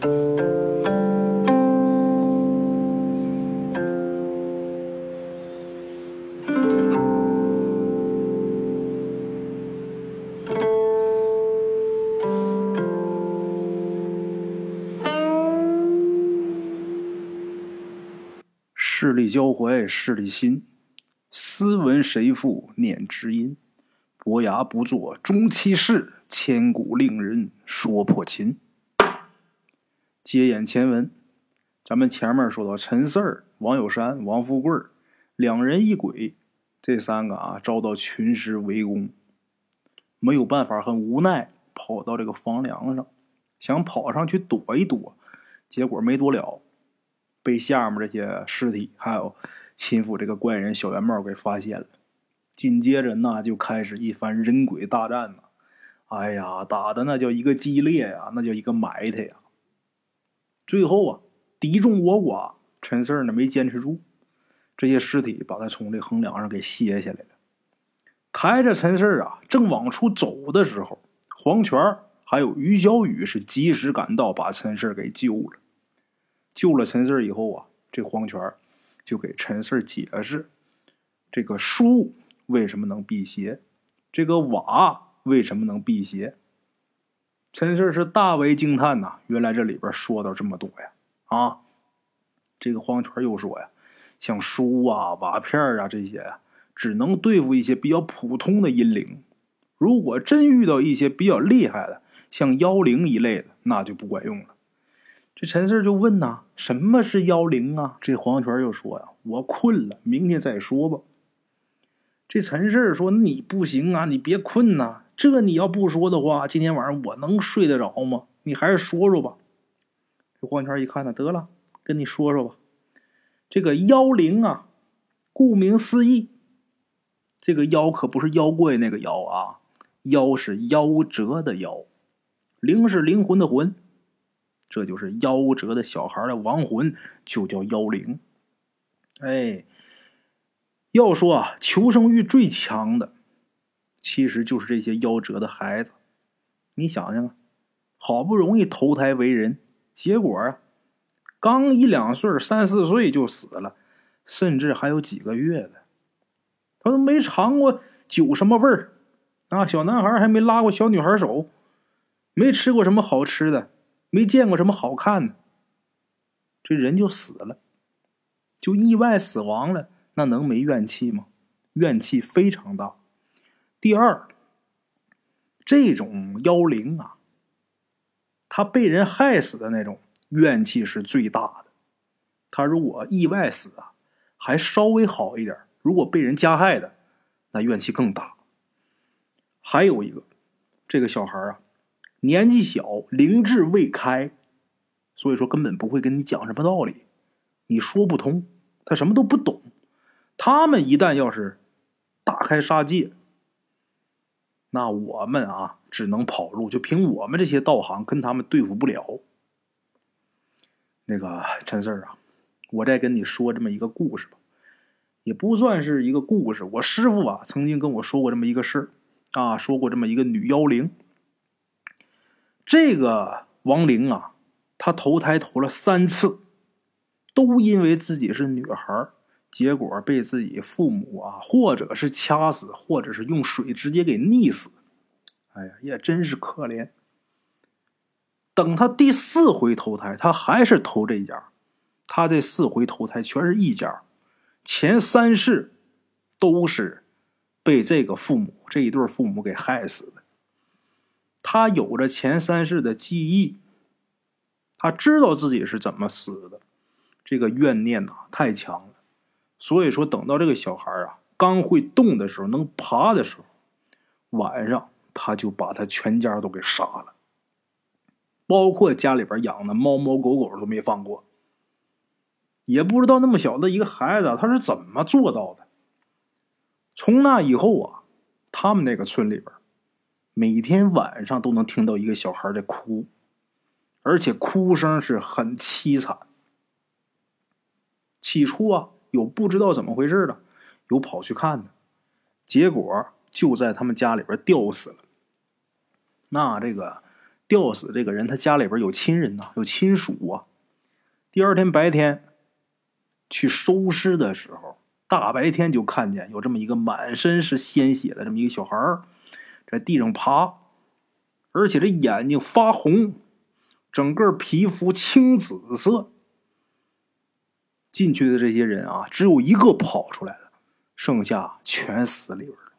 势力交怀势力新，斯文谁负念知音。伯牙不作终其事，千古令人说破琴。接眼前文，咱们前面说到陈四儿、王有山、王富贵两人一鬼，这三个遭到群尸围攻，没有办法，很无奈，跑到这个房梁上，想跑上去躲一躲，结果没躲了，被下面这些尸体还有亲附这个怪人小圆帽给发现了。紧接着那就开始一番人鬼大战了。哎呀，打的那叫一个激烈呀，那叫一个埋汰呀。最后敌众我寡，陈四儿呢没坚持住，这些尸体把他从这横梁上给卸下来了。抬着陈四儿正往出走的时候，黄泉还有于小雨是及时赶到，把陈四儿给救了。救了陈四儿以后这黄泉就给陈四儿解释，这个书为什么能辟邪，这个瓦为什么能辟邪。陈四儿是大为惊叹呐，原来这里边说到这么多呀。这个黄泉又说呀，像书瓦片这些只能对付一些比较普通的阴灵，如果真遇到一些比较厉害的，像妖灵一类的，那就不管用了。这陈四儿就问什么是妖灵啊？这黄泉又说我困了，明天再说吧。这陈四儿说，你不行你别困这你要不说的话，今天晚上我能睡得着吗？你还是说说吧。这黄泉一看得了，跟你说说吧。这个妖灵顾名思义，这个妖可不是妖怪那个妖妖是夭折的夭，灵是灵魂的魂，这就是夭折的小孩的亡魂，就叫妖灵。要说求生欲最强的，其实就是这些夭折的孩子。你想想好不容易投胎为人，结果刚1-2岁、3、4岁就死了，甚至还有几个月的，他都没尝过酒什么味儿小男孩还没拉过小女孩手，没吃过什么好吃的，没见过什么好看的，这人就死了，就意外死亡了，那能没怨气吗？怨气非常大。第二，这种妖灵他被人害死的那种怨气是最大的。他如果意外死还稍微好一点，如果被人加害的，那怨气更大。还有一个，这个小孩年纪小，灵智未开，所以说根本不会跟你讲什么道理，你说不通，他什么都不懂。他们一旦要是大开杀戒，那我们只能跑路，就凭我们这些道行跟他们对付不了。那个陈四儿我再跟你说这么一个故事吧，也不算是一个故事，我师傅曾经跟我说过这么一个事儿说过这么一个女妖灵。这个亡灵她投胎投了3次，都因为自己是女孩，结果被自己父母或者是掐死，或者是用水直接给溺死。哎呀，也真是可怜。等他第4回投胎，他还是投这家。他这4回投胎全是一家，前3世都是被这个父母，这一对父母给害死的。他有着前3世的记忆，他知道自己是怎么死的，这个怨念太强了。所以说等到这个小孩刚会动的时候，能爬的时候，晚上他就把他全家都给杀了，包括家里边养的猫猫狗狗都没放过。也不知道那么小的一个孩子他是怎么做到的。从那以后他们那个村里边每天晚上都能听到一个小孩在哭，而且哭声是很凄惨。起初有不知道怎么回事的，有跑去看的，结果就在他们家里边吊死了。那这个吊死这个人他家里边有亲人呐，有亲属啊。第二天白天去收尸的时候，大白天就看见有这么一个满身是鲜血的这么一个小孩在地上爬，而且这眼睛发红，整个皮肤青紫色。进去的这些人啊，只有一个跑出来了，剩下全死里边了。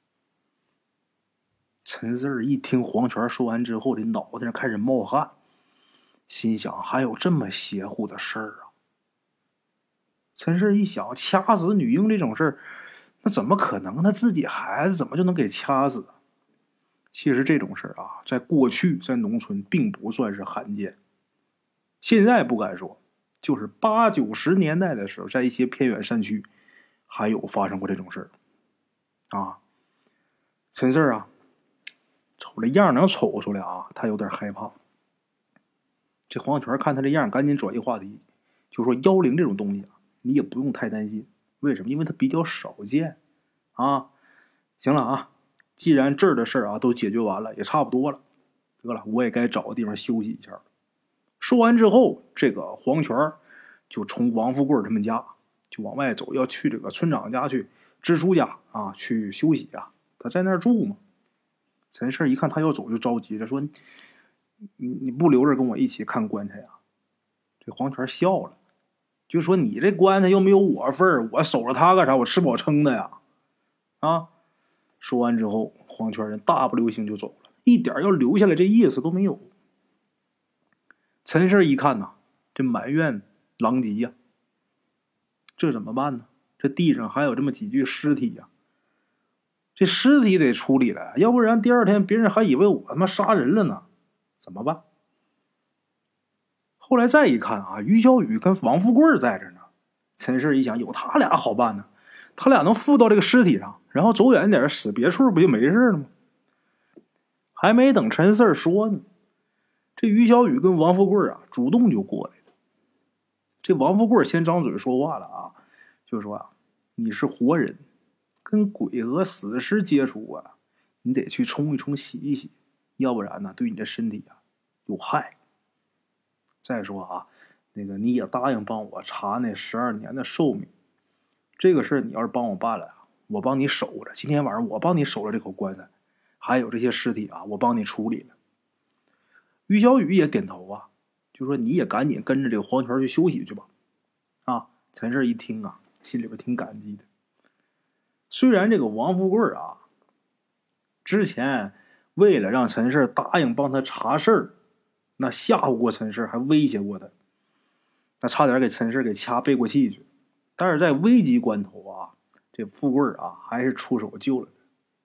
陈四儿一听黄泉说完之后，这脑袋上开始冒汗，心想还有这么邪乎的事儿啊！陈四儿一想，掐死女婴这种事儿，那怎么可能？他自己孩子怎么就能给掐死？其实这种事儿啊，在过去在农村并不算是罕见，现在不敢说，就是80、90年代的时候，在一些偏远山区还有发生过这种事儿啊。陈四儿啊，瞅这样能瞅出来啊，他有点害怕。这黄泉看他这样，赶紧转移话题，就说妖灵这种东西啊，你也不用太担心。为什么？因为它比较少见啊。行了啊，既然这儿的事儿啊都解决完了，也差不多了，得了，我也该找个地方休息一下了。说完之后，这个黄泉就从王富贵他们家就往外走，要去这个村长家去，支书家啊去休息啊。他在那儿住嘛。陈氏一看他要走，就着急了，说：“你不留着跟我一起看棺材啊？”这黄泉笑了，就说：“你这棺材又没有我份儿，我守着他干啥？我吃饱撑的呀！”啊！说完之后，黄泉人大步流星就走了，一点要留下来这意思都没有。陈氏一看呐，这满院狼藉呀，这怎么办呢？这地上还有这么几具尸体呀，这尸体得处理了，要不然第二天别人还以为我他妈杀人了呢，怎么办？后来再一看啊，于小雨跟王富贵在这呢。陈氏一想，有他俩好办呢，他俩能附到这个尸体上，然后走远点死别处不就没事了吗？还没等陈四说呢，这于小雨跟王富贵啊主动就过来了。这王富贵先张嘴说话了啊，就说啊，你是活人，跟鬼和死尸接触啊，你得去冲一冲洗一洗，要不然呢对你的身体啊有害。再说啊，那个你也答应帮我查那12年的寿命，这个事儿你要是帮我办了啊，我帮你守着，今天晚上我帮你守着这口棺材，还有这些尸体啊，我帮你处理了。于小雨也点头啊，就说你也赶紧跟着这个黄泉去休息去吧。啊，陈氏一听啊，心里边挺感激的。虽然这个王富贵啊，之前为了让陈氏答应帮他查事儿，那吓唬过陈氏，还威胁过他，那差点给陈氏给掐背过气去。但是在危急关头啊，这富贵啊还是出手救了他。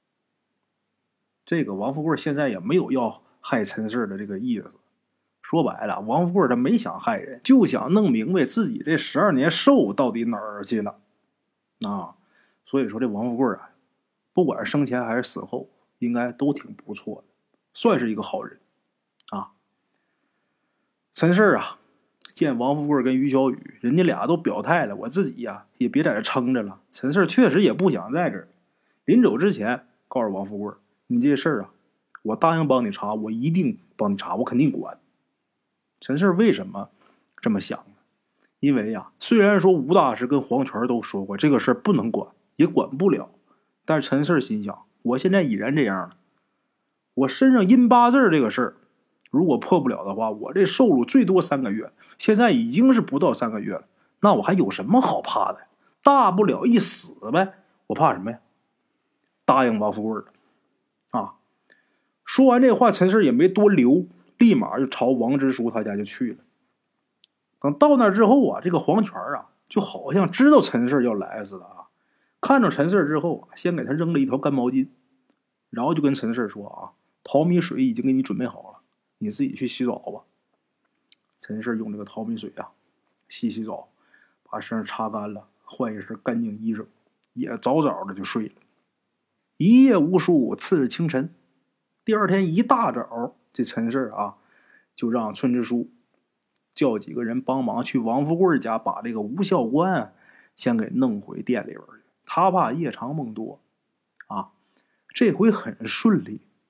这个王富贵现在也没有要害陈氏的这个意思，说白了，王富贵他没想害人，就想弄明白自己这12年寿到底哪儿去了啊。所以说这王富贵啊，不管是生前还是死后，应该都挺不错的，算是一个好人啊。陈氏啊，见王富贵跟于小雨，人家俩都表态了，我自己呀也别在这撑着了。陈氏确实也不想在这儿。临走之前告诉王富贵，你这事儿啊，我答应帮你查，我一定帮你查，我肯定管。陈氏为什么这么想呢？因为呀，虽然说吴大师跟黄泉都说过这个事儿不能管，也管不了，但是陈氏心想，我现在已然这样了，我身上阴八字这个事儿，如果破不了的话，我这寿禄最多3个月，现在已经是不到3个月了，那我还有什么好怕的？大不了一死呗，我怕什么呀？答应王富贵了啊！说完这话，陈氏也没多留，立马就朝王支书他家就去了。等到那之后啊，这个黄泉啊，就好像知道陈氏要来似的啊，看着陈氏之后啊，先给他扔了一条干毛巾，然后就跟陈氏说啊，淘米水已经给你准备好了，你自己去洗澡吧。陈氏用这个淘米水啊，洗澡，把身上擦干了，换一身干净衣裳，也早早的就睡了。一夜无书，次日清晨，第二天一大早，这陈氏啊，就让村支书叫几个人帮忙去王富贵家，把这个吴孝官先给弄回店里边去。他怕夜长梦多啊，这回很顺利。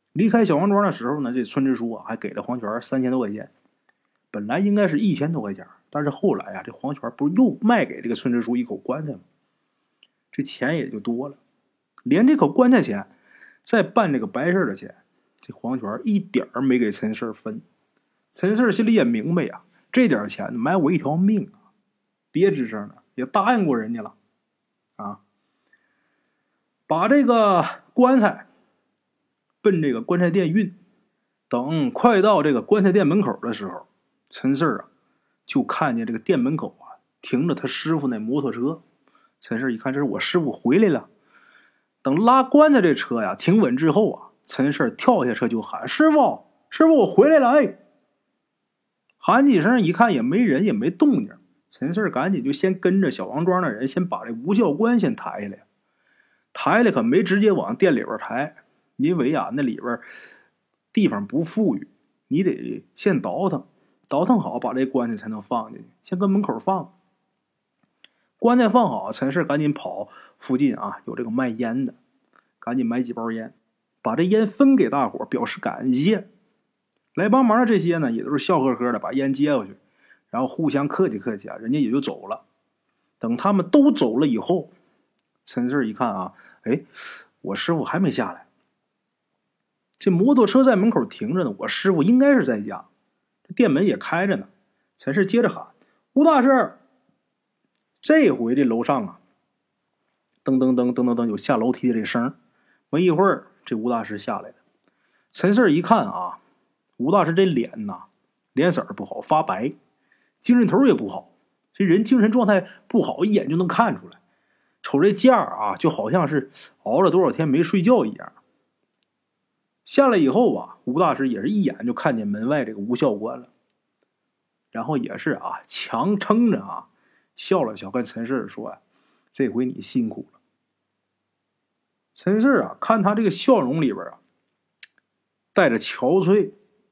离开小王庄的时候呢，这村支书啊还给了黄泉3000多块钱，本来应该是1000多块钱，但是后来啊，这黄泉不是又卖给这个村支书一口棺材吗？这钱也就多了，连这口棺材钱，再办这个白事的钱，这黄泉一点儿没给陈氏分。陈氏心里也明白呀，这点钱买我一条命啊！别吱声了，也答应过人家了啊。把这个棺材奔这个棺材店运，等快到这个棺材店门口的时候，陈氏啊就看见这个店门口啊停着他师傅那摩托车。陈氏一看，这是我师傅回来了。等拉棺材这车呀停稳之后啊，陈氏跳下车就喊：“师傅，师傅，我回来了！”哎，喊几声，一看也没人，也没动静。陈氏赶紧就先跟着小王庄的人，先把这吴教官先抬下来。抬来可没直接往店里边抬，因为啊那里边地方不富裕，你得先倒腾，倒腾好把这棺材才能放进去，先跟门口放。棺材放好，陈氏赶紧跑附近啊有这个卖烟的，赶紧买几包烟，把这烟分给大伙表示感谢。来帮忙的这些呢也都是笑呵呵的把烟接过去，然后互相客气客气啊，人家也就走了。等他们都走了以后，陈氏一看啊，哎，我师傅还没下来，这摩托车在门口停着呢，我师傅应该是在家，这店门也开着呢。陈氏接着喊：“吴大师！”这回这楼上啊，噔噔噔噔噔噔有下楼梯的这声。没一会儿，这吴大师下来了。陈氏一看啊，吴大师这脸呐，脸色不好，发白，精神头也不好，这人精神状态不好，一眼就能看出来。瞅这架啊，就好像是熬了多少天没睡觉一样。下来以后啊，吴大师也是一眼就看见门外这个吴教官了，然后也是啊，强撑着啊，笑了笑，跟陈氏说啊：“这回你辛苦了。”陈氏啊，看他这个笑容里边啊，带着憔悴。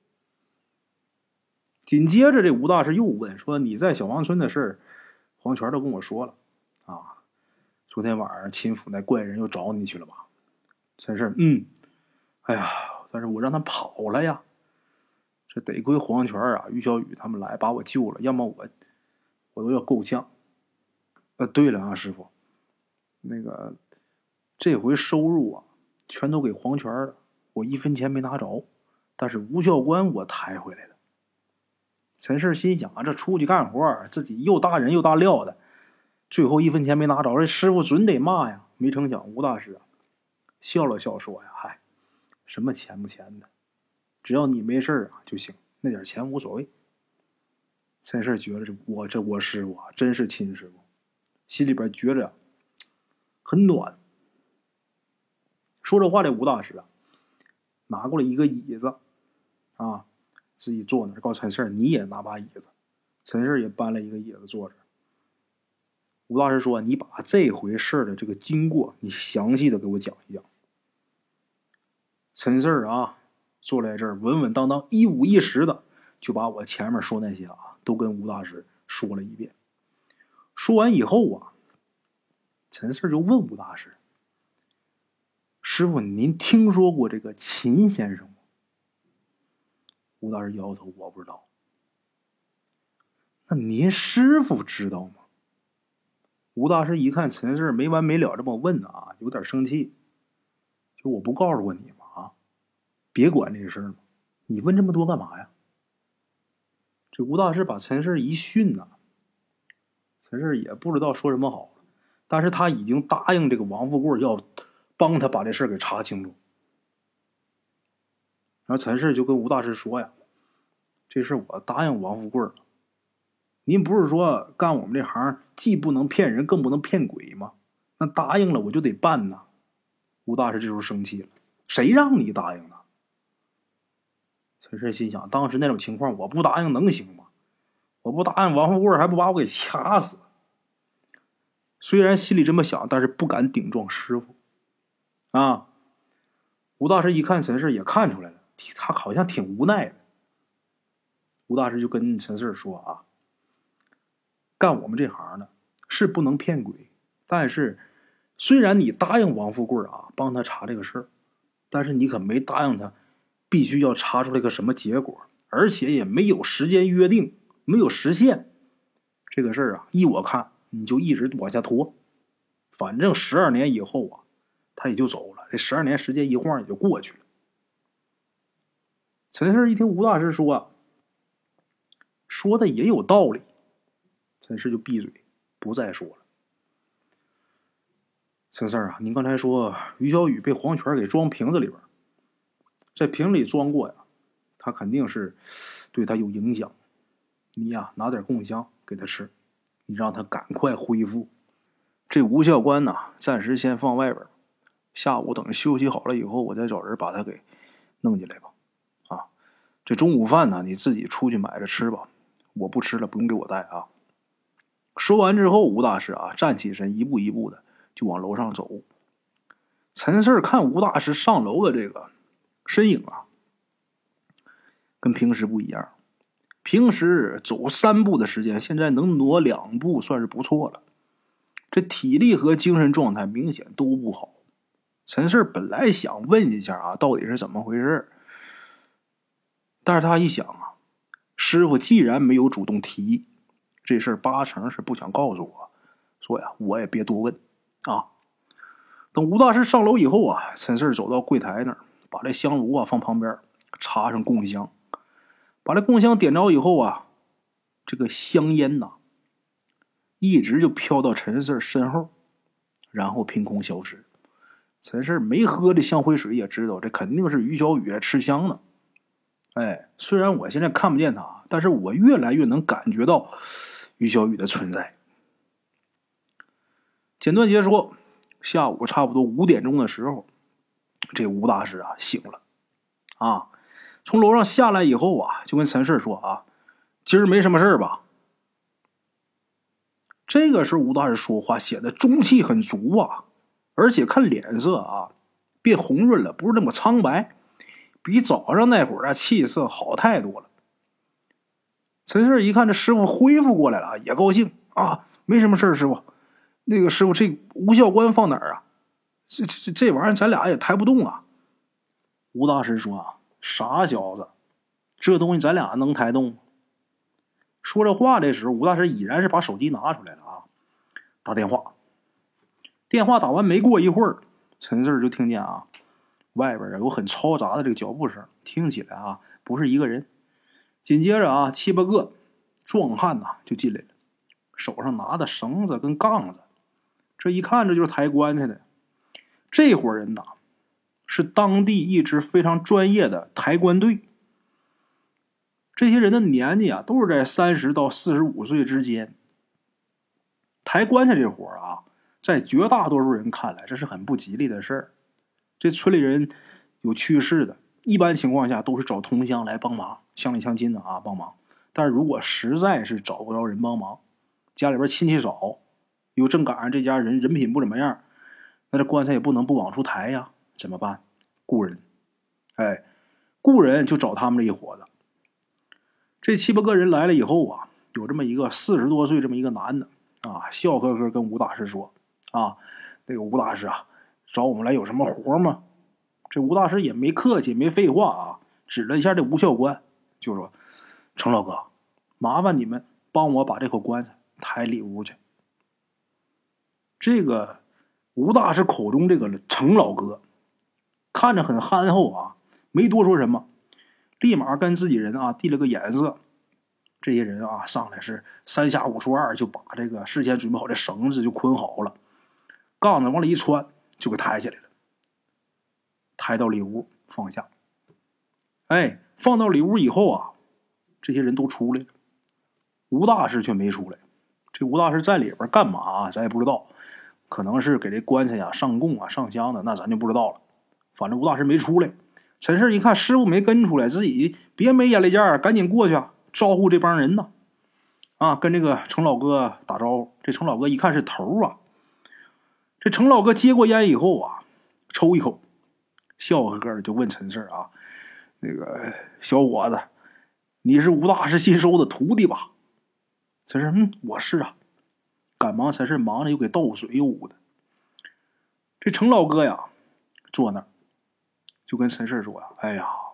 紧接着，这吴大师又问说：“你在小王村的事，黄泉都跟我说了啊。昨天晚上秦府那怪人又找你去了吧？”陈氏，哎呀，但是我让他跑了呀。这得亏黄泉啊、于小雨他们来把我救了，要么我都要够呛。对了啊，师傅，那个这回收入啊，全都给黄泉了，我1分钱没拿着，但是吴教官我抬回来了。陈氏心想啊，这出去干活，自己又大人又大料的，最后1分钱没拿着，这师傅准得骂呀。没成想吴大师啊，笑了笑说呀：“嗨，什么钱不钱的，只要你没事啊就行，那点钱无所谓。”陈氏觉得我师傅啊，真是亲师傅，心里边觉着很暖。说这话这吴大师啊，拿过来一个椅子啊，自己坐那儿，告诉陈氏你也拿把椅子。陈氏也搬了一个椅子坐着。吴大师说：“你把这回事的这个经过，你详细的给我讲一讲。”陈氏啊，坐在这儿稳稳当当、一五一十的，就把我前面说那些啊，都跟吴大师说了一遍。说完以后啊，陈氏就问吴大师：“师傅，您听说过这个秦先生吗？”吴大师摇摇头：“我不知道。”“那您师傅知道吗？”吴大师一看陈氏没完没了这么问啊，有点生气。就我不告诉过你吗？啊，别管这个事儿嘛，你问这么多干嘛呀？这吴大师把陈氏一训呐，陈氏也不知道说什么好，但是他已经答应这个王富贵要帮他把这事给查清楚。然后陈氏就跟吴大师说呀：“这事我答应王富贵了。您不是说干我们这行既不能骗人更不能骗鬼吗？那答应了我就得办呐。”吴大师这时候生气了：“谁让你答应的？”陈氏心想，当时那种情况我不答应能行吗？我不答应王富贵还不把我给掐死？虽然心里这么想，但是不敢顶撞师傅啊。吴大师一看陈氏也看出来了，他好像挺无奈的。吴大师就跟陈氏说啊：“干我们这行的是不能骗鬼，但是虽然你答应王富贵啊帮他查这个事儿，但是你可没答应他必须要查出来个什么结果，而且也没有时间约定，没有时限。这个事儿啊，依我看，你就一直往下拖，反正12年以后啊，他也就走了。这12年时间一晃也就过去了。陈氏一听吴大师说啊，说的也有道理，陈氏就闭嘴，不再说了。陈四啊，您刚才说于小雨被黄泉给装瓶子里边，在瓶里装过呀，他肯定是对他有影响。你呀，拿点贡香给他吃，你让他赶快恢复。这吴教官呢，暂时先放外边，下午等休息好了以后，我再找人把他给弄进来吧。啊，这中午饭呢，你自己出去买着吃吧，我不吃了，不用给我带啊。说完之后，吴大师啊站起身，一步一步的就往楼上走。陈四看吴大师上楼的这个身影啊，跟平时不一样。平时走3步的时间，现在能挪2步，算是不错了。这体力和精神状态明显都不好。陈四本来想问一下啊，到底是怎么回事，但是他一想啊，师傅既然没有主动提这事儿，8成是不想告诉我，所以啊，我也别多问啊。等吴大师上楼以后啊，陈四走到柜台那儿，把这香炉啊放旁边，插上供香，把这供香点着以后啊，这个香烟呐，一直就飘到陈四身后，然后凭空消失。陈四没喝这香灰水也知道，这肯定是于小雨在吃香呢。哎，虽然我现在看不见他，但是我越来越能感觉到于小雨的存在。简短截说，下午差不多5点钟的时候，这吴大师啊醒了，啊，从楼上下来以后啊，就跟陈氏说啊，今儿没什么事吧？这个时候吴大师说话显得中气很足啊，而且看脸色啊变红润了，不是那么苍白，比早上那会儿啊气色好太多了。陈氏一看这师傅恢复过来了，也高兴啊，没什么事师傅。那个师傅，这吴教官放哪儿啊？这玩意儿咱俩也抬不动啊。吴大师说啊，傻小子，这东西咱俩能抬动吗？说这话的时候，吴大师已然是把手机拿出来了啊，打电话。电话打完没过一会儿，陈四就听见啊，外边有很嘈杂的这个脚步声，听起来啊不是一个人。紧接着啊，7、8个壮汉呐就进来了，手上拿的绳子跟杠子，这一看这就是抬棺材的。这伙人呐，是当地一支非常专业的抬棺队。这些人的年纪啊，都是在30到45岁之间。抬棺材这活啊，在绝大多数人看来，这是很不吉利的事儿。这村里人有去世的，一般情况下都是找同乡来帮忙，乡里乡亲的啊帮忙。但是如果实在是找不着人帮忙，家里边亲戚少，又正赶上这家人品不怎么样，那这棺材也不能不往出抬呀，怎么办？雇人。哎，雇人就找他们这一伙子。这7、8个人来了以后啊，有这么一个40多岁这么一个男的啊，笑呵呵跟吴大师说啊，那个吴大师啊，找我们来有什么活吗？这吴大师也没客气，没废话啊，指了一下这吴教官，就说：“程老哥，麻烦你们帮我把这口棺材抬里屋去。”这个吴大师口中这个程老哥，看着很憨厚啊，没多说什么，立马跟自己人啊递了个眼色。这些人啊上来是3下5除2就把这个事先准备好的绳子就捆好了，杠子往里一穿就给抬起来了，抬到里屋放下。哎，放到里屋以后啊，这些人都出来了，吴大师却没出来。这吴大师在里边干嘛啊？咱也不知道，可能是给这棺材呀上供啊上香的，那咱就不知道了。反正吴大师没出来。陈氏一看师傅没跟出来，自己别没眼力见儿，赶紧过去啊，招呼这帮人呢。啊，跟这个程老哥打招呼。这程老哥一看是头啊，这程老哥接过烟以后啊，抽一口，笑呵呵的就问陈氏啊，那个小伙子，你是吴大师新收的徒弟吧？陈氏我是啊。赶忙陈氏忙着又给倒水又捂的。这程老哥呀坐那儿就跟陈氏说呀，哎呀，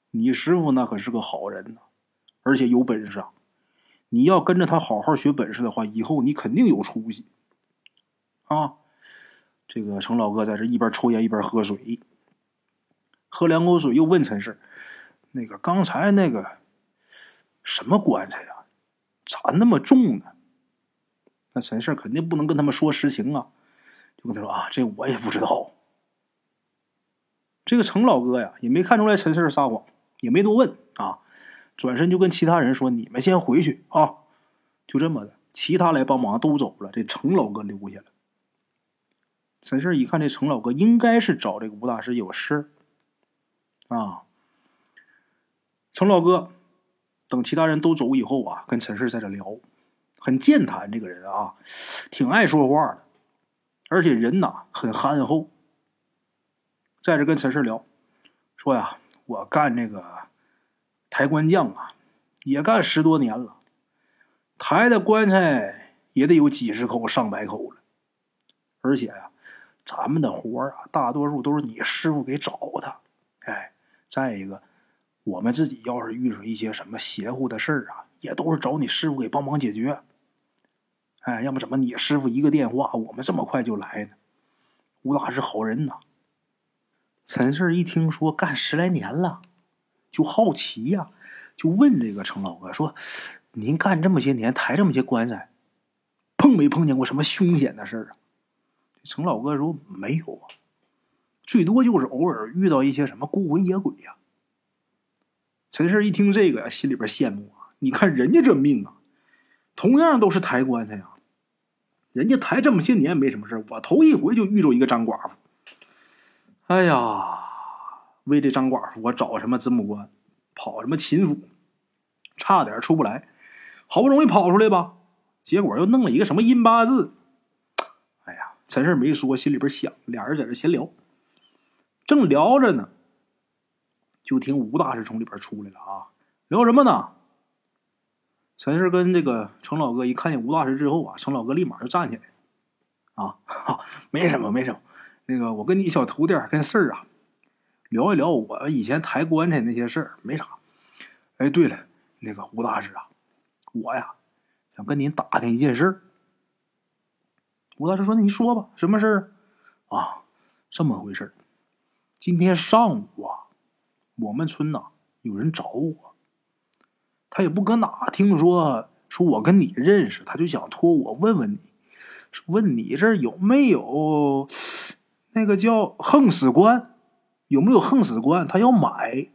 你师傅那可是个好人呐，而且有本事啊。你要跟着他好好学本事的话，以后你肯定有出息啊。这个程老哥在这一边抽烟一边喝水，喝两口水又问陈氏：“那个刚才那个什么棺材呀，咋那么重呢？”那陈氏肯定不能跟他们说实情啊，就跟他说：“啊，这我也不知道。”这个程老哥呀，也没看出来陈氏撒谎，也没多问啊，转身就跟其他人说：“你们先回去啊。”就这么的，其他来帮忙都走了，这程老哥留下了。陈氏一看，这程老哥应该是找这个吴大师有事啊。程老哥等其他人都走以后啊，跟陈氏在这聊，很健谈，这个人啊，挺爱说话的，而且人呐很憨厚。在这跟陈氏聊，说呀，我干这个抬棺匠啊，也干10多年了，抬的棺材也得有几十口、上百口了。而且呀，咱们的活啊，大多数都是你师傅给找的。哎，再一个，我们自己要是遇上一些什么邪乎的事儿啊，也都是找你师傅给帮忙解决。哎，要么怎么你师傅一个电话，我们这么快就来呢？吴大师好人呐。陈氏一听说干10来年了，就好奇呀，就问这个程老哥说：“您干这么些年，抬这么些棺材，碰没碰见过什么凶险的事儿啊？”程老哥说：“没有啊，最多就是偶尔遇到一些什么孤魂野鬼呀。”陈氏一听这个呀，心里边羡慕啊！你看人家这命啊，同样都是抬棺材呀，人家抬这么些年没什么事，我头一回就遇着一个张寡妇。哎呀，为这张寡妇我找什么子母官，跑什么秦府，差点出不来，好不容易跑出来吧，结果又弄了一个什么阴八字。哎呀，陈氏没说，心里边想，俩人在这闲聊，正聊着呢，就听吴大师从里边出来了啊，聊什么呢？陈氏跟这个程老哥一看见吴大师之后啊，程老哥立马就站起来啊，没什么没什么，那个我跟你小徒弟跟事儿啊聊一聊我以前抬棺材那些事儿，没啥。哎，对了，那个吴大师啊，我呀想跟您打听一件事儿。吴大师说：“那你说吧，什么事儿啊？这么回事儿，今天上午啊，我们村呐有人找我，他也不搁哪听说我跟你认识，他就想托我问问你，问你这儿有没有那个叫横死棺，有没有横死棺？他要买。”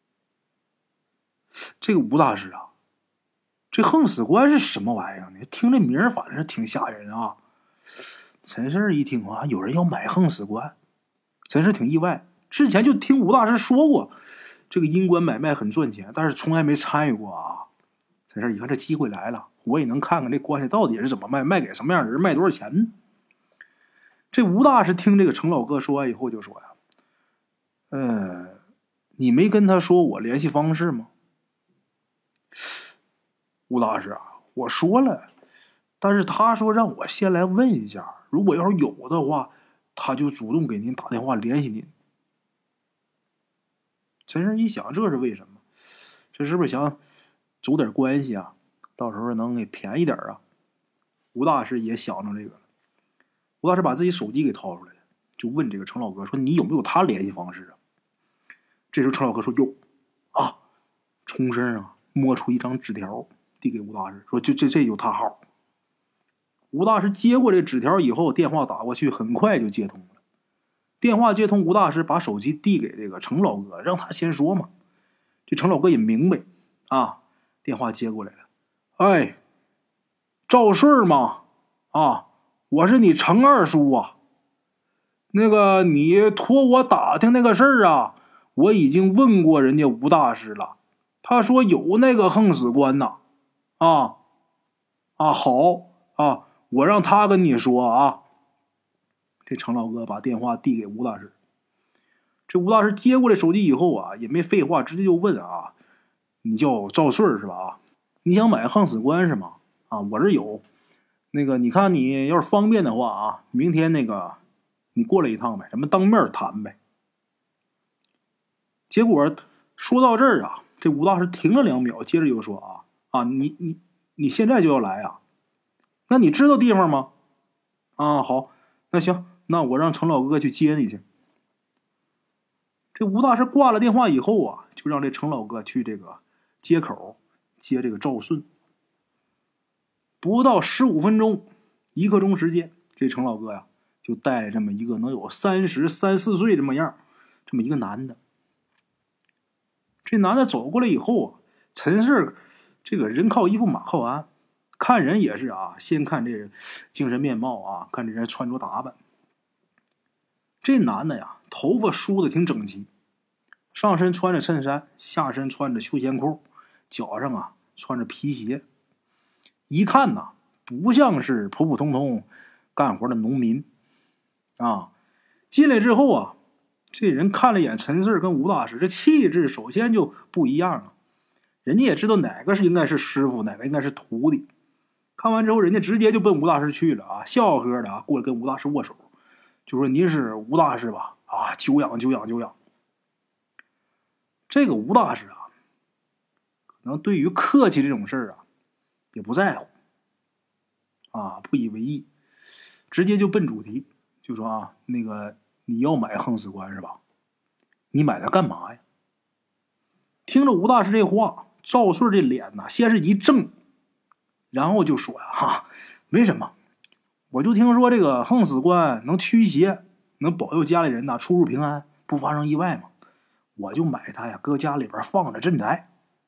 这个吴大师啊，这横死棺是什么玩意儿呢？听这名儿反正是挺吓人啊。陈氏一听啊，有人要买横死棺，陈氏挺意外。之前就听吴大师说过，这个阴棺买卖很赚钱，但是从来没参与过啊。陈氏一看这机会来了，我也能看看这棺材到底是怎么卖，卖给什么样的人，卖多少钱呢？这吴大师听这个程老哥说完以后就说呀：“你没跟他说我联系方式吗？”吴大师啊，我说了，但是他说让我先来问一下，如果要是有的话，他就主动给您打电话联系您。陈氏一想，这是为什么？这是不是想走点关系啊？到时候能给便宜点啊？吴大师也想着这个了。吴大师把自己手机给掏出来了，就问这个程老哥说：“你有没有他联系方式啊？”这时候程老哥说：“有啊。”从身上摸出一张纸条，递给吴大师说：“这有他号。”吴大师接过这纸条以后，电话打过去，很快就接通了。电话接通，吴大师把手机递给这个程老哥，让他先说嘛。这程老哥也明白啊，电话接过来了。哎，赵顺吗？啊，我是你程二叔啊。那个你托我打听那个事儿啊，我已经问过人家吴大师了，他说有那个横死棺呐。好啊，我让他跟你说啊。这程老哥把电话递给吴大师，这吴大师接过来手机以后啊，也没废话，直接就问啊：“你叫赵顺是吧？啊，你想买横死棺是吗？啊，我这有。那个，你看你要是方便的话啊，明天那个你过来一趟呗，咱们当面谈呗。”结果说到这儿啊，这武大师停了2秒，接着就说你现在就要来啊？那你知道地方吗？啊，好，那行，那我让程老哥去接你去。这吴大师挂了电话以后啊，就让这程老哥去这个街口接这个赵顺。不到15分钟，1刻钟时间，这程老哥呀就带了这么一个能有33、34岁这么样，这么一个男的。这男的走过来以后啊，陈氏这个人靠衣服马靠鞍，看人也是啊，先看这精神面貌啊，看这人穿着打扮。这男的呀，头发梳的挺整齐，上身穿着衬衫，下身穿着休闲裤，脚上啊穿着皮鞋。一看呐，不像是普普通通干活的农民啊。进来之后啊，这人看了一眼陈四跟吴大师，这气质首先就不一样了。人家也知道哪个是应该是师傅，哪个应该是徒弟。看完之后，人家直接就奔吴大师去了啊，笑呵的啊，过来跟吴大师握手，就说您是吴大师吧？啊，久仰久仰久仰。这个吴大师啊，可能对于客气这种事儿啊，也不在乎啊，不以为意，直接就奔主题，就说啊，那个你要买横死棺是吧？你买它干嘛呀？听了吴大师这话，赵顺这脸呐，先是一怔，然后就说呀，没什么，我就听说这个横死棺能驱邪，能保佑家里人呐出入平安，不发生意外嘛，我就买它呀，搁家里边放着镇宅。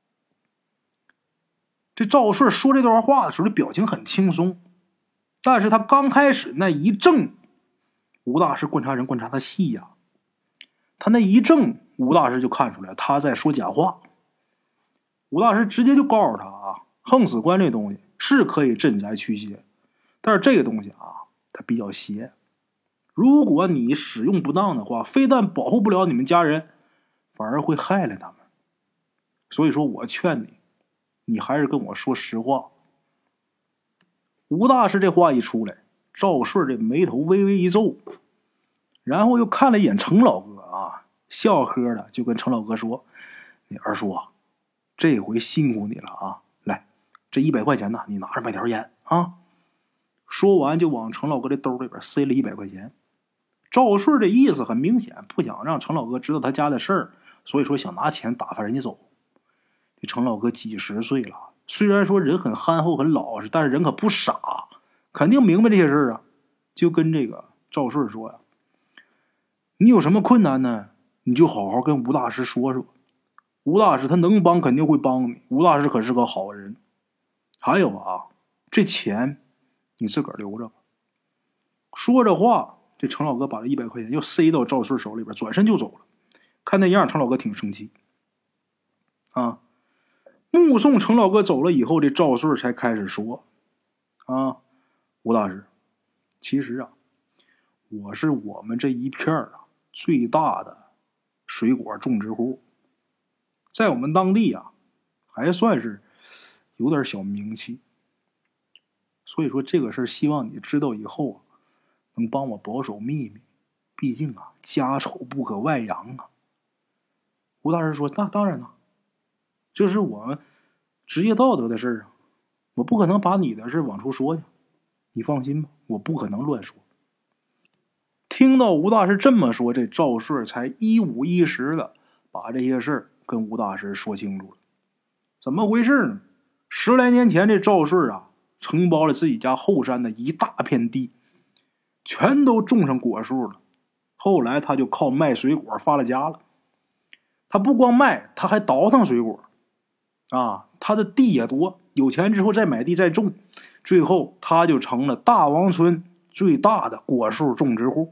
这赵顺说这段话的时候，表情很轻松，但是他刚开始那一怔，吴大师观察人观察他细呀，他那一怔，吴大师就看出来他在说假话。吴大师直接就告诉他啊，横死棺这东西是可以镇宅驱邪，但是这个东西啊，它比较邪，如果你使用不当的话，非但保护不了你们家人，反而会害了他们。所以说我劝你，你还是跟我说实话。吴大师这话一出来，赵顺这眉头微微一皱，然后又看了一眼程老哥啊，笑呵的就跟程老哥说：“你二叔啊，这回辛苦你了啊！来，这100块钱呢，你拿着买条烟啊。”说完就往程老哥的兜里边塞了100块钱。赵顺的意思很明显，不想让程老哥知道他家的事儿，所以说想拿钱打发人家走。这程老哥几十岁了，虽然说人很憨厚很老实，但是人可不傻，肯定明白这些事儿啊。就跟这个赵顺说呀，你有什么困难呢，你就好好跟吴大师说说，吴大师他能帮肯定会帮你，吴大师可是个好人。还有啊，这钱你自个儿留着吧。说着话，这程老哥把这100块钱又塞到赵顺手里边，转身就走了。看那样，程老哥挺生气啊。目送程老哥走了以后，这赵顺才开始说啊，吴大师，其实啊，我是我们这一片啊最大的水果种植户，在我们当地啊还算是有点小名气，所以说这个事儿希望你知道以后啊，能帮我保守秘密，毕竟啊家丑不可外扬啊。吴大师说，那当然了，这是我们职业道德的事儿啊，我不可能把你的事往出说去，你放心吧，我不可能乱说。听到吴大师这么说，这赵顺才一五一十的把这些事儿跟吴大师说清楚了。怎么回事呢？10来年前，这赵顺啊承包了自己家后山的一大片地，全都种上果树了。后来他就靠卖水果发了家了。他不光卖，他还倒腾水果啊，他的地也多，有钱之后再买地再种，最后他就成了大王村最大的果树种植户。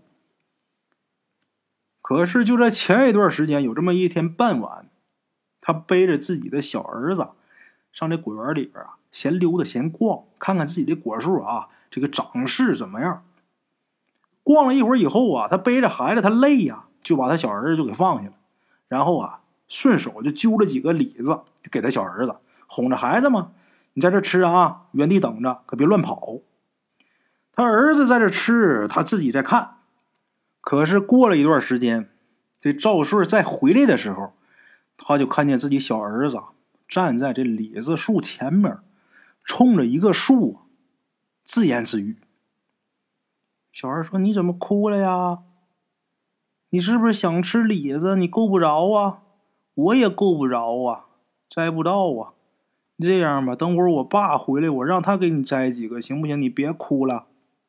可是就在前一段时间，有这么一天傍晚，他背着自己的小儿子上这果园里边啊，闲溜达闲逛，看看自己的果树啊，这个长势怎么样。逛了一会儿以后啊，他背着孩子，他累呀，就把他小儿子就给放下了，然后啊，顺手就揪了几个李子给他小儿子，哄着孩子嘛，你在这吃啊，原地等着，可别乱跑。他儿子在这吃，他自己在看。可是过了一段时间，这赵顺再回来的时候， 他就看见自己小儿子站在这李子树前面，冲着一个树自言自语。小孩说：“你怎么哭了呀？你是不是想吃李子？你够不着啊？我也够不着啊，摘不到啊。这样吧，等会儿我爸回来，我让他给你摘几个，行不行？你别哭了。”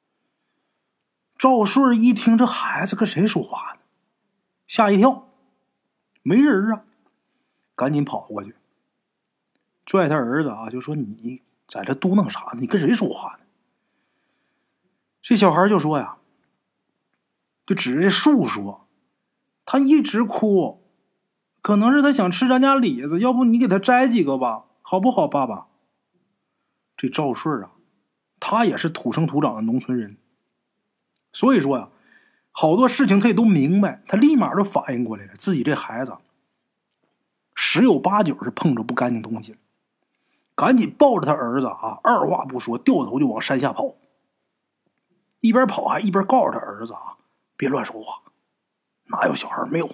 赵顺一听这孩子跟谁说话呢，吓一跳，没人啊，赶紧跑过去拽他儿子就说：“你在这嘟囔啥呢？你跟谁说话呢？”这小孩就说呀，就指着这树说：“他一直哭，可能是他想吃咱家李子，要不你给他摘几个吧，好不好，爸爸？”这赵顺他也是土生土长的农村人，所以说好多事情他也都明白，他立马就反应过来了，自己这孩子十有八九是碰着不干净东西了，赶紧抱着他儿子二话不说，掉头就往山下跑，一边跑还一边告诉他儿子别乱说话，哪有小孩没有。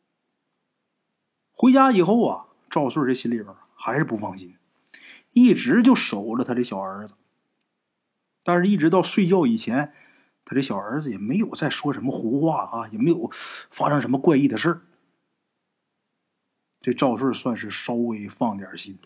回家以后赵顺这心里边还是不放心，一直就守着他这小儿子，但是一直到睡觉以前，他这小儿子也没有再说什么胡话也没有发生什么怪异的事。这赵顺算是稍微放点心。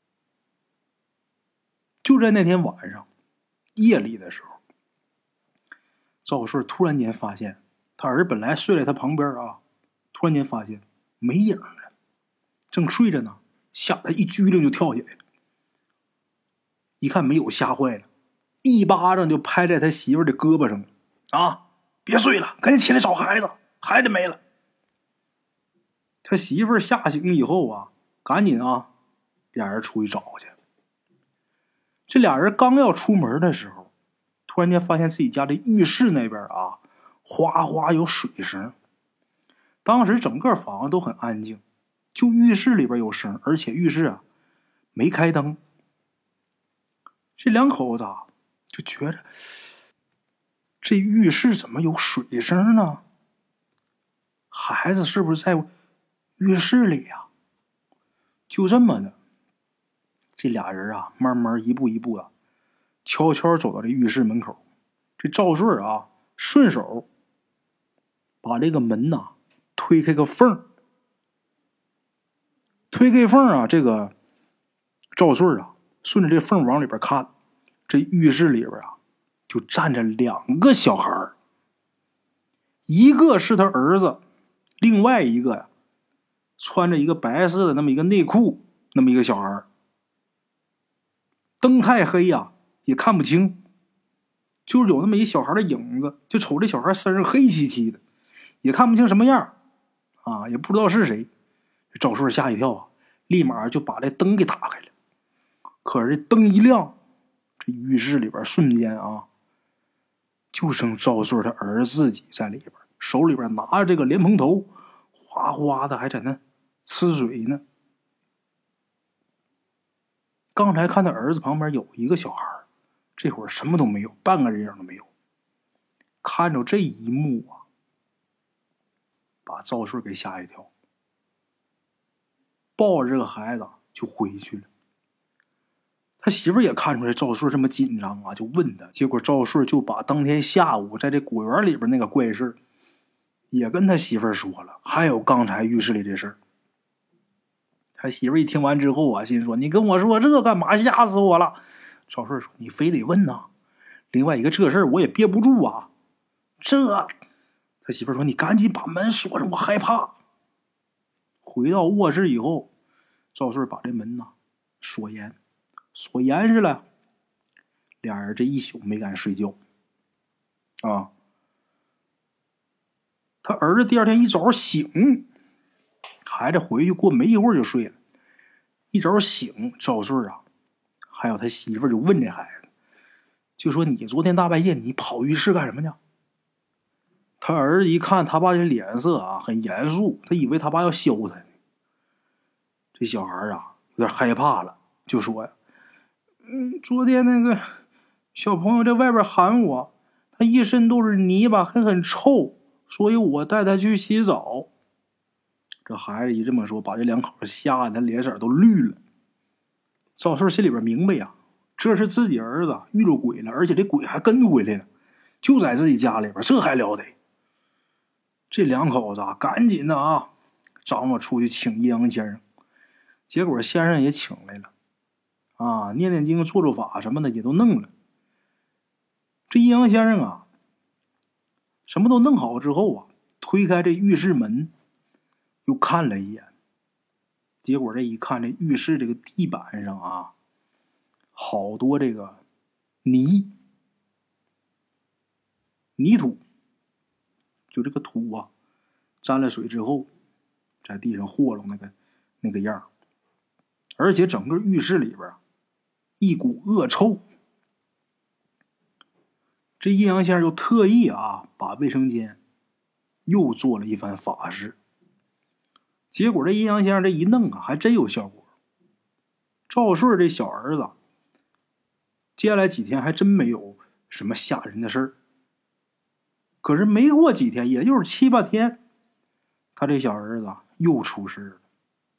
就在那天晚上夜里的时候，赵顺突然间发现他儿子本来睡在他旁边突然间发现没影了，正睡着呢，吓得一激灵就跳起来了，一看没有，吓坏了，一巴掌就拍在他媳妇的胳膊上别睡了，赶紧起来找孩子，孩子没了。他媳妇吓醒以后赶紧俩人出去找去。这俩人刚要出门的时候，突然间发现自己家的浴室那边哗哗有水声。当时整个房子都很安静，就浴室里边有声，而且浴室没开灯。这两口子就觉得这浴室怎么有水声呢？孩子是不是在浴室里就这么的，这俩人慢慢一步一步悄悄走到这浴室门口。这赵顺顺手把这个门推开个缝，推开缝这个赵顺顺着这缝往里边看，这浴室里边就站着两个小孩，一个是他儿子，另外一个穿着一个白色的那么一个内裤，那么一个小孩。灯太黑也看不清，就是有那么一小孩的影子，就瞅这小孩身上黑漆漆的，也看不清什么样也不知道是谁。赵顺吓一跳立马就把这灯给打开了。可是这灯一亮，这浴室里边瞬间就剩赵顺他儿子自己在里边，手里边拿着这个莲蓬头，哗哗的还在那呲水呢。刚才看他儿子旁边有一个小孩，这会儿什么都没有，半个人影都没有。看着这一幕把赵顺给吓一跳，抱着这个孩子就回去了。他媳妇也看出来赵顺这么紧张就问他，结果赵顺就把当天下午在这果园里边那个怪事也跟他媳妇说了，还有刚才浴室里这事。他媳妇一听完之后心说：“你跟我说这干嘛？吓死我了！”赵顺说：“你非得问另外一个这事我也憋不住他媳妇说：“你赶紧把门锁上，我害怕。”回到卧室以后，赵顺把这门锁严，锁严实了。俩人这一宿没敢睡觉他儿子第二天一早醒，孩子回去过没一会儿就睡了。一早醒，赵顺还有他媳妇就问这孩子，就说：“你昨天大半夜你跑浴室干什么去？”他儿子一看他爸这脸色很严肃，他以为他爸要削他呢。这小孩有点害怕了，就说：“昨天那个小朋友在外边喊我，他一身都是泥巴，还很臭，所以我带他去洗澡。” 这孩子一这么说，把这两口子吓得他脸色都绿了。赵顺心里边明白呀，这是自己儿子遇着鬼了，而且这鬼还跟回来了，就在自己家里边，这还了得？这两口子赶紧的张罗出去请阴阳先生。结果先生也请来了念念经、做法什么的也都弄了。这阴阳先生什么都弄好之后推开这浴室门，又看了一眼。结果这一看，这浴室这个地板上好多这个泥土，就这个土沾了水之后，在地上和拢那个样。而且整个浴室里边一股恶臭。这阴阳先生就特意把卫生间又做了一番法事。结果这阴阳先生这一弄还真有效果。赵顺这小儿子接下来几天还真没有什么吓人的事儿。可是没过几天，也就是7、8天，他这小儿子又出事了。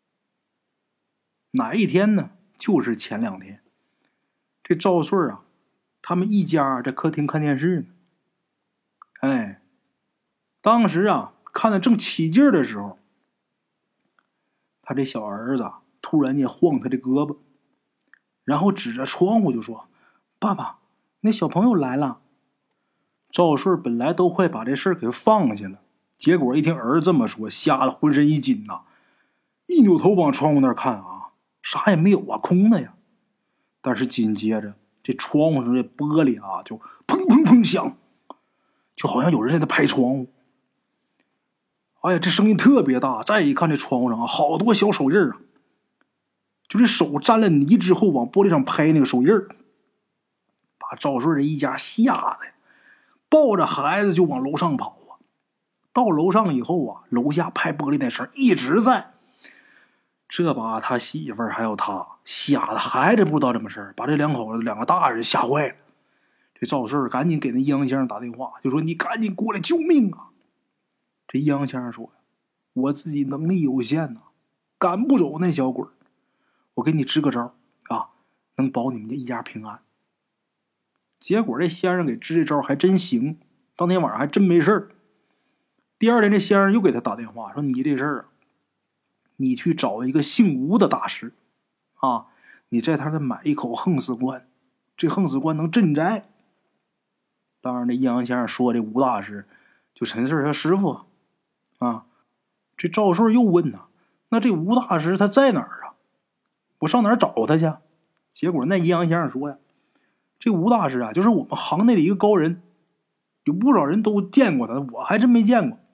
哪一天呢？就是前2天，这赵顺他们一家在客厅看电视呢。当时看得正起劲的时候，他这小儿子突然间晃他的胳膊，然后指着窗户就说：“爸爸，那小朋友来了。”赵顺本来都快把这事儿给放下了，结果一听儿子这么说，吓得浑身一紧一扭头往窗户那儿看啥也没有空的呀。但是紧接着这窗户上这玻璃就砰砰砰响，就好像有人在那拍窗户。哎呀，这声音特别大。再一看这窗户上好多小手印就这手沾了泥之后往玻璃上拍那个手印把赵顺这一家吓得抱着孩子就往楼上跑到楼上以后楼下拍玻璃那声一直在。这把他媳妇儿还有他吓得孩子不知道这么事儿，把这两口子2个大人吓坏了。这赵顺赶紧给那阴阳先生打电话，就说：“你赶紧过来救命啊！”这阴阳先生说：“我自己能力有限赶不走那小鬼，我给你支个招能保你们家一家平安。”结果这先生给支这招还真行，当天晚上还真没事儿。第2天这先生又给他打电话说：“你这事儿你去找一个姓吴的大师你在他这买一口横死棺，这横死棺能镇灾。”当然这阴阳先生说这吴大师就陈四他师傅这赵顺又问那这吴大师他在哪儿我上哪儿找他去？结果那阴阳先生说这吴大师就是我们行内的一个高人，有不少人都见过他，我还真没见过。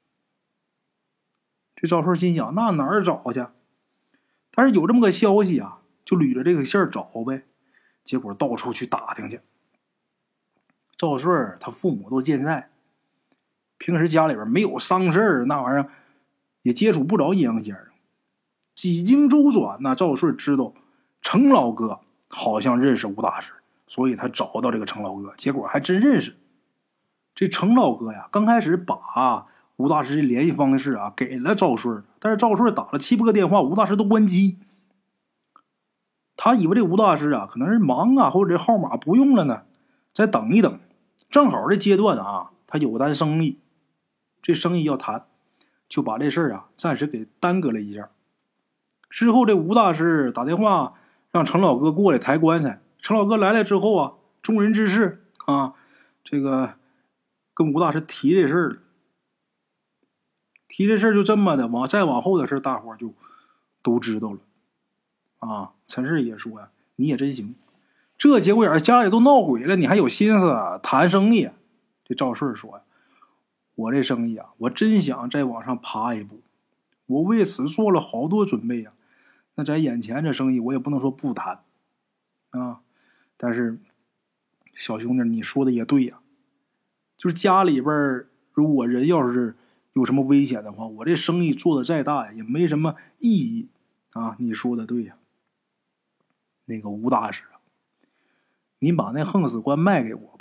这赵顺心想，那哪儿找去？但是有这么个消息就捋着这个线儿找呗。结果到处去打听去。赵顺他父母都健在，平时家里边没有丧事儿，那玩意儿也接触不着阴阳先生。几经周转赵顺知道程老哥好像认识吴大师，所以他找到这个程老哥，结果还真认识。这程老哥刚开始把吴大师的联系方式给了赵顺，但是赵顺打了7、8个电话，吴大师都关机。他以为这吴大师可能是忙或者这号码不用了呢，再等一等。正好这阶段他有单生意，这生意要谈，就把这事儿暂时给耽搁了一下。之后这吴大师打电话让程老哥过来抬棺材，程老哥来了之后众人之事这个跟吴大师提这事儿了。提这事儿就这么的再往后的事大伙就都知道了陈氏也说你也真行，这节骨眼家里都闹鬼了，你还有心思谈生意这赵顺说我这生意我真想再往上爬一步，我为此做了好多准备那在眼前这生意我也不能说不谈但是小兄弟你说的也对就是家里边如果人要是有什么危险的话，我这生意做的再大也没什么意义你说的对那个吴大师你把那横死棺卖给我吧。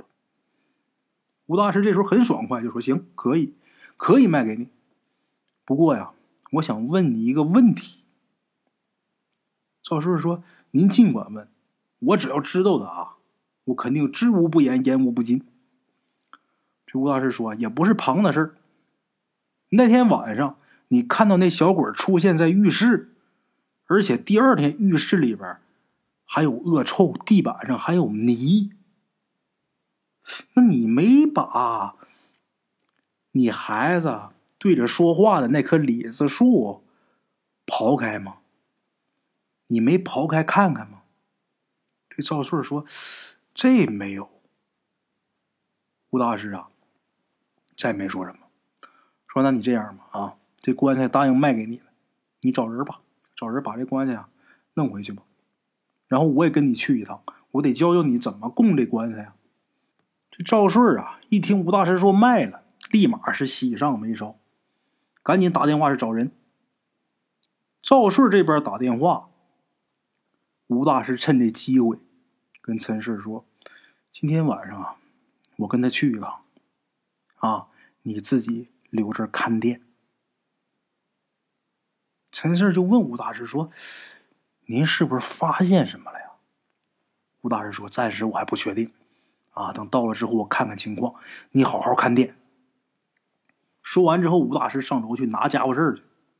吴大师这时候很爽快就说行，可以卖给你，不过我想问你一个问题。赵顺说：“您尽管问，我只要知道的啊，我肯定知无不言，言无不尽。”这吴大师说：“也不是旁的事儿。那天晚上你看到那小鬼出现在浴室，而且第二天浴室里边还有恶臭，地板上还有泥。那你没把你孩子对着说话的那棵李子树刨开吗？你没刨开看看吗？”这赵顺说：“这没有。”吴大师啊，再没说什么，说：“那你这样吧，啊，这棺材答应卖给你了，你找人吧，找人把这棺材啊弄回去吧。然后我也跟你去一趟，我得教教你怎么供这棺材啊。”这赵顺啊，一听吴大师说卖了，立马是喜上眉梢，赶紧打电话是找人。赵顺这边打电话，吴大师趁这机会跟陈氏说：“今天晚上啊，我跟他去一趟，啊，你自己留这儿看店。”陈氏就问吴大师说：“您是不是发现什么了呀？”吴大师说：“暂时我还不确定，啊，等到了之后我看看情况，你好好看店。”说完之后，吴大师上楼去拿家伙事儿去。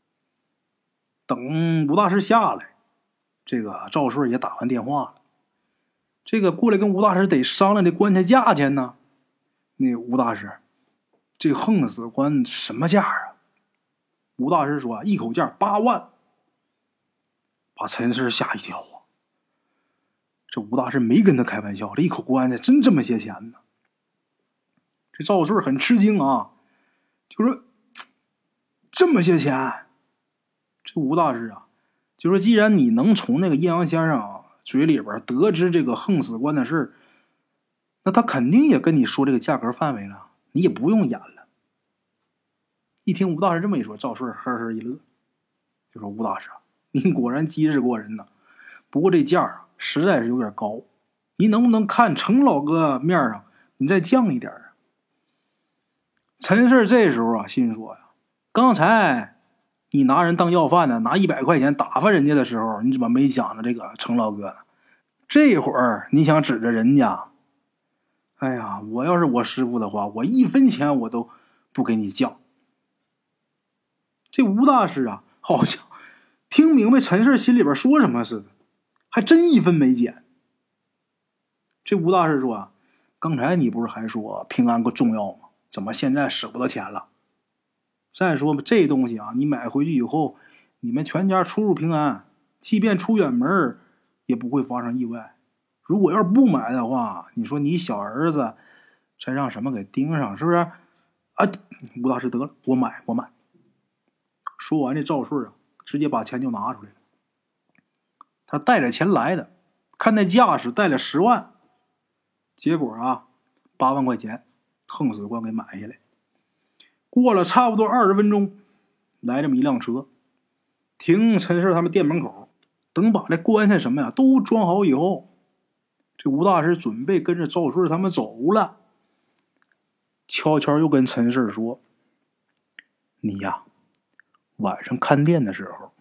等吴大师下来，这个赵顺也打完电话了，这个过来跟吴大师得商量这棺材价钱呢。那吴大师，这横死棺什么价啊？吴大师说：“一口价8万。”把陈氏吓一跳啊！这吴大师没跟他开玩笑，这一口棺材真这么些钱呢？这赵顺很吃惊啊，就说：“这么些钱？”这吴大师啊，就说：“既然你能从那个阴阳先生嘴里边得知这个横死棺的事，那他肯定也跟你说这个价格范围了，你也不用演了。”一听吴大师这么一说，赵顺呵呵一乐，就说：“吴大师啊，您果然机智过人呐，不过这价啊实在是有点高，你能不能看程老哥面上你再降一点啊？”陈氏这时候啊心说呀：“刚才你拿人当要饭的，拿100块钱打发人家的时候，你怎么没想着这个程老哥呢？这会儿你想指着人家？哎呀，我要是我师傅的话，我1分钱我都不给你降。”这吴大师啊，好像听明白陈氏心里边说什么似的，还真1分没减。这吴大师说啊：“刚才你不是还说平安更重要吗？怎么现在舍不得钱了？再说这东西啊，你买回去以后，你们全家出入平安，即便出远门也不会发生意外。如果要是不买的话，你说你小儿子再让什么给盯上，是不是？”啊，吴大师得了，我买。说完，这赵顺啊，直接把钱就拿出来了。他带着钱来的，看那架势带了10万，结果啊，8万块钱横死棺给买下来。过了差不多20分钟，来这么一辆车，停陈氏他们店门口。等把这棺材什么呀都装好以后，这吴大师准备跟着赵顺他们走了，悄悄又跟陈氏说：“你呀，晚上看店的时候，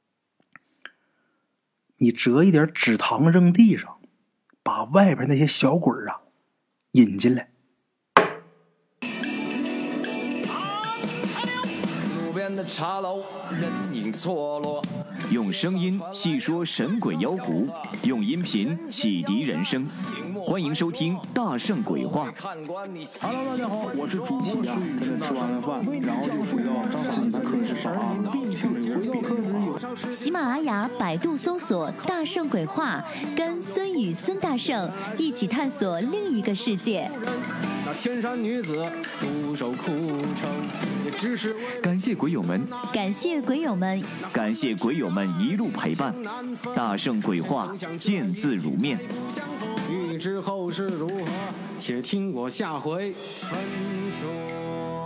你折一点纸糖扔地上，把外边那些小鬼啊引进来。” 的茶楼人影错落，用声音细说神鬼妖狐，用音频启迪人生。欢迎收听《大圣鬼话》。 Hello， 大家好，我是主播孙宇。吃完了饭，然后就回到自己的课室上。 喜马拉雅、百度搜索“大圣鬼话”，跟孙宇、孙大圣一起探索另一个世界。 那天山女子独守枯城，也只是感谢鬼友们， 感谢鬼友们， 感谢鬼友们一路陪伴。大圣鬼话，见字如面。欲知后事如何，且听我下回分说。